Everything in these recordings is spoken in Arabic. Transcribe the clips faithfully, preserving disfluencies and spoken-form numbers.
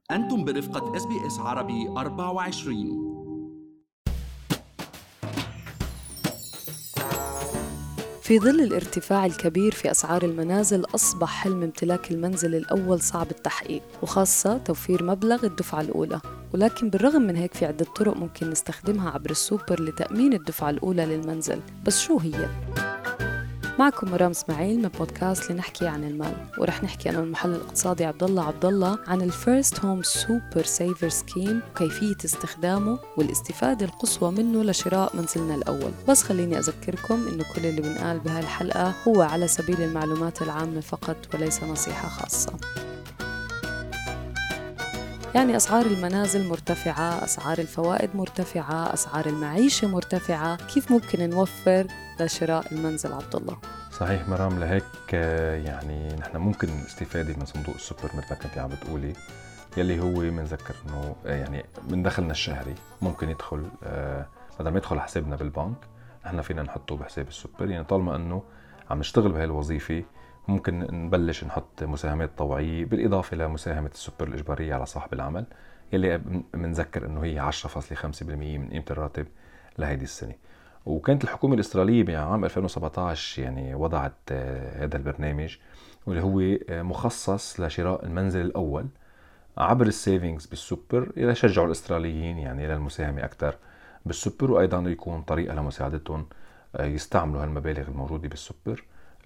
أنتم برفقة إس بي إس عربي أربعة وعشرين. في ظل الارتفاع الكبير في أسعار المنازل، أصبح حلم امتلاك المنزل الأول صعب التحقيق، وخاصة توفير مبلغ الدفعة الأولى. ولكن بالرغم من هيك في عدة طرق ممكن نستخدمها عبر السوبر لتأمين الدفعة الأولى للمنزل. بس شو هي؟ معكم مرام اسماعيل من بودكاست لنحكي عن المال، ورح نحكي أنا والمحلل الاقتصادي عبد الله عبد الله عن الفيرست هوم سوبر سيفر سكيم وكيفية استخدامه والاستفادة القصوى منه لشراء منزلنا الأول. بس خليني أذكركم إنه كل اللي بنقال بهالحلقة هو على سبيل المعلومات العامة فقط وليس نصيحة خاصة. يعني أسعار المنازل مرتفعة، أسعار الفوائد مرتفعة، أسعار المعيشة مرتفعة، كيف ممكن نوفر لشراء المنزل عبد الله؟ صحيح مرام، لهيك يعني نحن ممكن استفادة من صندوق السوبر مثل ما كنتي عم بتقولي، يلي هو منذكر انه يعني من دخلنا الشهري ممكن يدخل بدل ما يدخل حسابنا بالبنك نحن فينا نحطه بحساب السوبر. يعني طالما انه عم نشتغل بهاي الوظيفة ممكن نبلش نحط مساهمات طوعية بالإضافة لمساهمة السوبر الإجبارية على صاحب العمل، يلي منذكر انه هي عشرة فاصلة خمسة بالمية من قيمة الراتب لهيدي السنة. وكانت الحكومة الإسرائيلية بعام ألفين وسبعة عشر يعني وضعت هذا البرنامج واللي هو مخصص لشراء المنزل الأول عبر السيفينجز بالسوبر إلى شجعوا الإسرائيليين يعني إلى المساهمة أكثر بالسوبر، وأيضا يكون طريقة لمساعدتهم يستعملوا هالمبالغ الموجودة بالسوبر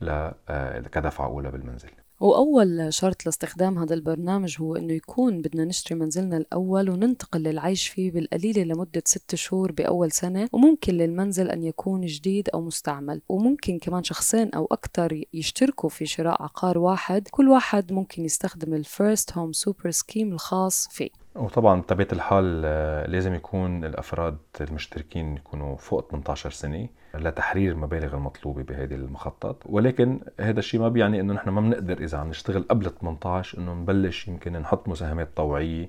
كدفعة أولى بالمنزل. وأول شرط لاستخدام هذا البرنامج هو إنه يكون بدنا نشتري منزلنا الأول وننتقل للعيش فيه بالقليل لمدة ست شهور بأول سنة، وممكن للمنزل أن يكون جديد أو مستعمل، وممكن كمان شخصين أو أكثر يشتركوا في شراء عقار واحد، كل واحد ممكن يستخدم الفيرست هوم سوبر سكيم الخاص فيه. وطبعا بطبيعة الحال لازم يكون الأفراد المشتركين يكونوا فوق ثمانية عشر سنة لتحرير المبالغ المطلوبة بهذه المخطط. ولكن هذا الشيء ما بيعني انه نحن ما بنقدر اذا عم نشتغل قبل ثمانية عشر انه نبلش يمكن نحط مساهمات طوعية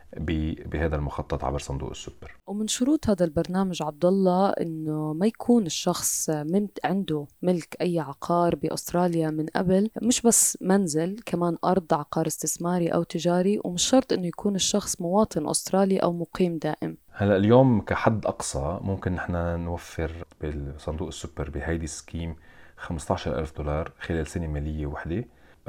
بهذا المخطط عبر صندوق السوبر. ومن شروط هذا البرنامج عبد الله انه ما يكون الشخص عنده ملك اي عقار باستراليا من قبل، مش بس منزل، كمان ارض، عقار استثماري او تجاري، ومش شرط انه يكون الشخص مواطن استرالي او مقيم دائم. هلا اليوم كحد اقصى ممكن نحن نوفر بالصندوق السوبر بهيدي السكيم خمسة عشر ألف دولار خلال سنة مالية وحدة،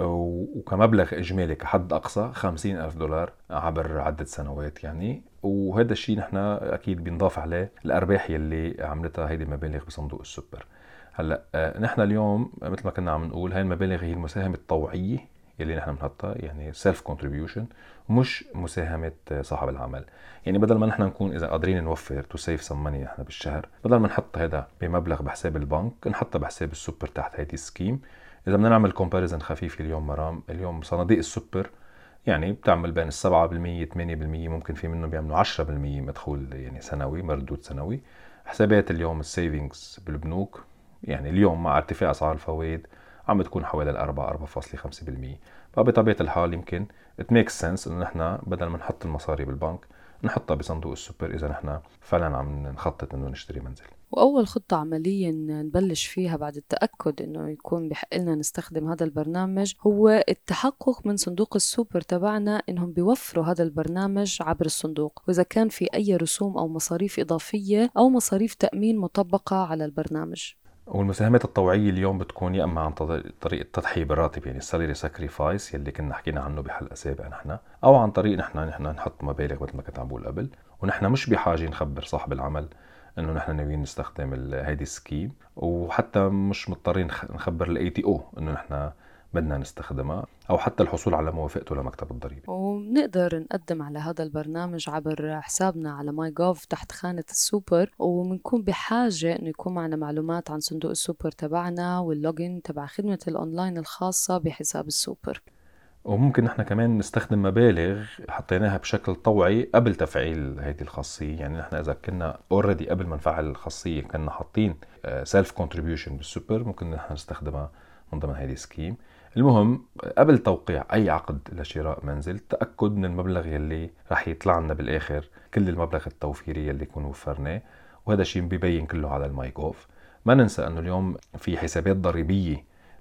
وكمبلغ إجمالي كحد أقصى خمسين ألف دولار عبر عدة سنوات يعني. وهذا الشيء نحن أكيد بنضاف عليه الأرباح يلي عملتها هيدي المبالغ بصندوق السوبر. هلأ نحن اليوم مثل ما كنا عم نقول هاي المبالغ هي المساهمة الطوعية يلي نحن بنحطها، يعني self contribution، مش مساهمة صاحب العمل. يعني بدل ما نحن نكون إذا قادرين نوفر to save some money نحن بالشهر، بدل ما نحط هذا بمبلغ بحساب البنك نحطه بحساب السوبر تحت هيدي السكيم. إذا بدنا نعمل كومباريزن خفيف اليوم مرام، اليوم صناديق السوبر يعني بتعمل بين السبعة بالمية ثمانية بالمية، ممكن في منه بيعملوا عشرة بالمية مدخول يعني سنوي، مردود سنوي. حسابات اليوم السيفينجز بالبنوك يعني اليوم مع ارتفاع أسعار الفوائد عم بتكون حوالي الأربعة أربعة فاصلة خمسة بالمية. فبطبيعة الحال يمكن it makes sense إنه نحن بدل ما نحط المصاري بالبنك نحطها بصندوق السوبر إذا نحن فعلا عم نخطط إنه نشتري منزل. وأول خطة عملية نبلش فيها بعد التأكد إنه يكون بحق لنا نستخدم هذا البرنامج هو التحقق من صندوق السوبر تبعنا إنهم بيوفروا هذا البرنامج عبر الصندوق، وإذا كان في أي رسوم أو مصاريف إضافية أو مصاريف تأمين مطبقة على البرنامج. والمساهمات الطوعية اليوم بتكون يا إما عن طريق التضحية بالراتب يعني salary sacrifice يلي كنا حكينا عنه بحلقة سابقة نحن، أو عن طريق نحن نحن نحط مبالغ مثل ما كنت عم بقول قبل، ونحن مش بحاجة نخبر صاحب العمل إنه نحن ناويين نستخدم هيدي السكيم، وحتى مش مضطرين نخبر ال إيه تي أو إنه نحن بدنا نستخدمها، أو حتى الحصول على موافقته لمكتب الضريبة. وبنقدر نقدم على هذا البرنامج عبر حسابنا على ماي جوف تحت خانة السوبر، وبنكون بحاجة إنه يكون معنا معلومات عن صندوق السوبر تبعنا واللوجين تبع خدمة الأونلاين الخاصة بحساب السوبر. وممكن نحن كمان نستخدم مبالغ حطيناها بشكل طوعي قبل تفعيل هذه الخاصية. يعني نحن إذا كنا already قبل ما نفعل الخاصية كنا حاطين self contribution بالسوبر، ممكن نحن نستخدمها من ضمن هذه السكيم. المهم قبل توقيع أي عقد لشراء منزل تأكد من المبلغ يلي رح يطلع لنا بالآخر، كل المبلغ التوفيري يلي يكون وفرناه، وهذا الشيء بيبين كله على الماي جوف. ما ننسى أنه اليوم في حسابات ضريبية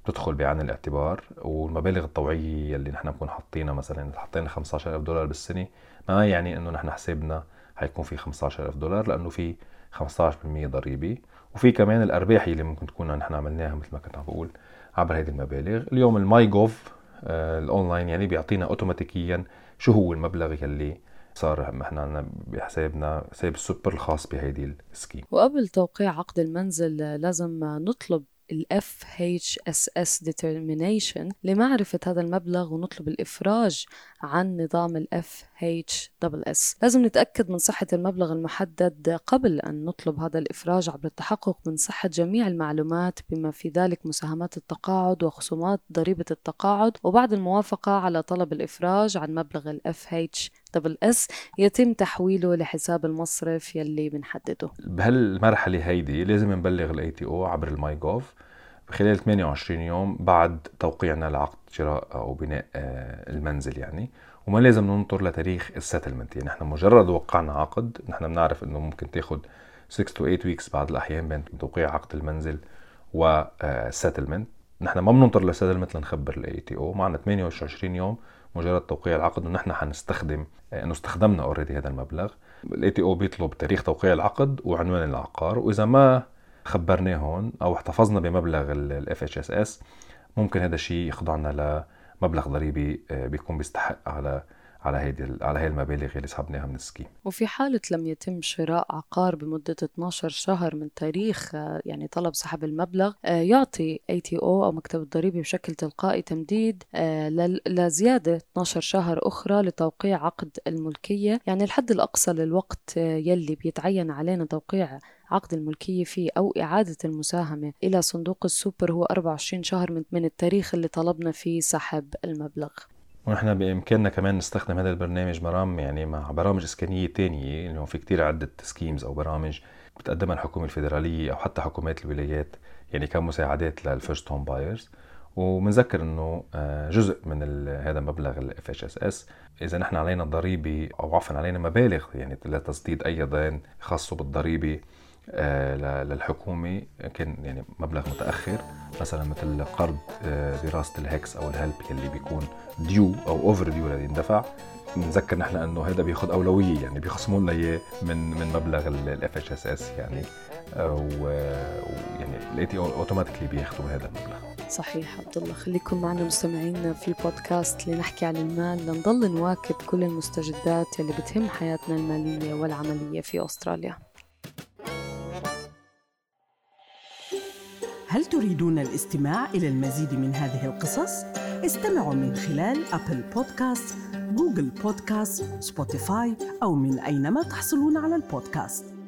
بتدخل بعين الاعتبار، والمبالغ الطوعية اللي نحن بنكون حاطينها، مثلا إذا حطينا خمسة عشر ألف دولار بالسنة ما يعني إنه نحن حسابنا حيكون في خمسة عشر ألف دولار، لأنه في خمسة عشر بالمية ضريبة، وفي كمان الأرباح اللي ممكن تكون نحن عملناها مثل ما كنت عم بقول عبر هذه المبالغ. اليوم الماي جوف آه الأونلاين يعني بيعطينا أوتوماتيكيا شو هو المبلغ يلي صار احنا بحسابنا حساب السوبر الخاص بهيدي السكيم. وقبل توقيع عقد المنزل لازم نطلب ال إف إتش إس إس Determination لمعرفة هذا المبلغ، ونطلب الإفراج عن نظام ال إف إتش إس إس. لازم نتأكد من صحة المبلغ المحدد قبل أن نطلب هذا الإفراج عبر التحقق من صحة جميع المعلومات بما في ذلك مساهمات التقاعد وخصومات ضريبة التقاعد. وبعد الموافقة على طلب الإفراج عن مبلغ ال إف إتش إس إس يتم تحويله لحساب المصرف يلي بنحدده. بهالمرحلة هيدي لازم نبلغ ال إيه تي أو عبر الماي جوف خلال ثمانية وعشرين يوم بعد توقيعنا لعقد شراء أو بناء المنزل يعني، وما لازم ننطر لتاريخ السيتلمنت. يعني نحن مجرد وقعنا عقد، نحن بنعرف إنه ممكن تاخد ستة to ثمانية ويكس بعض الأحيان بين توقيع عقد المنزل والسيتلمنت. نحن ما بننطر للسيتلمنت لنخبر ال إيه تي أو، معنا ثمانية وعشرين يوم مجرد توقيع العقد ونحن حنستخدم انه استخدمنا اوريدي هذا المبلغ. ال إيه تي أو بيطلب تاريخ توقيع العقد وعنوان العقار، واذا ما خبرناهم او احتفظنا بمبلغ ال إف إتش إس إس ممكن هذا الشيء يخضعنا لمبلغ ضريبي بيكون بيستحق على على هيدي على هي المبالغ اللي سحبناها من السكيم. وفي حالة لم يتم شراء عقار بمدة اثناشر شهر من تاريخ يعني طلب سحب المبلغ، يعطي إيه تي أو أو مكتب الضريبي بشكل تلقائي تمديد لزيادة اثناشر شهر أخرى لتوقيع عقد الملكية. يعني الحد الأقصى للوقت يلي بيتعين علينا توقيع عقد الملكية فيه أو إعادة المساهمة إلى صندوق السوبر هو أربعة وعشرين شهر من التاريخ اللي طلبنا فيه سحب المبلغ. ونحن بإمكاننا كمان نستخدم هذا البرنامج مرام يعني مع برامج إسكانية تانية، إنه في كتير عدة سكيمز أو برامج بتقدمها الحكومة الفيدرالية أو حتى حكومات الولايات يعني كمساعدات للفيرست هوم بايرز. ومنذكر إنه جزء من هذا المبلغ ال إف إتش إس إس إذا نحن علينا ضريبة أو عفوا علينا مبالغ يعني لتسديد أي دين خاصة بالضريبة للحكومة كان يعني مبلغ متأخر، مثلا مثل قرض دراسة الهكس أو الهلب اللي بيكون ديو أو أوفر ديو اللي يندفع. نذكر نحن أنه هذا بياخد أولوية، يعني بيخصموا لنا إياه من من مبلغ ال إف إتش إس إس يعني، ويعني ال إيه تي أو أوتوماتيكلي بياخدوا هذا المبلغ. صحيح عبد الله، خليكم معنا مستمعينا في بودكاست لنحكي عن المال، لنضل نواكب كل المستجدات اللي بتهم حياتنا المالية والعملية في أستراليا. هل تريدون الاستماع إلى المزيد من هذه القصص؟ استمعوا من خلال أبل بودكاست، جوجل بودكاست، سبوتيفاي أو من أينما تحصلون على البودكاست.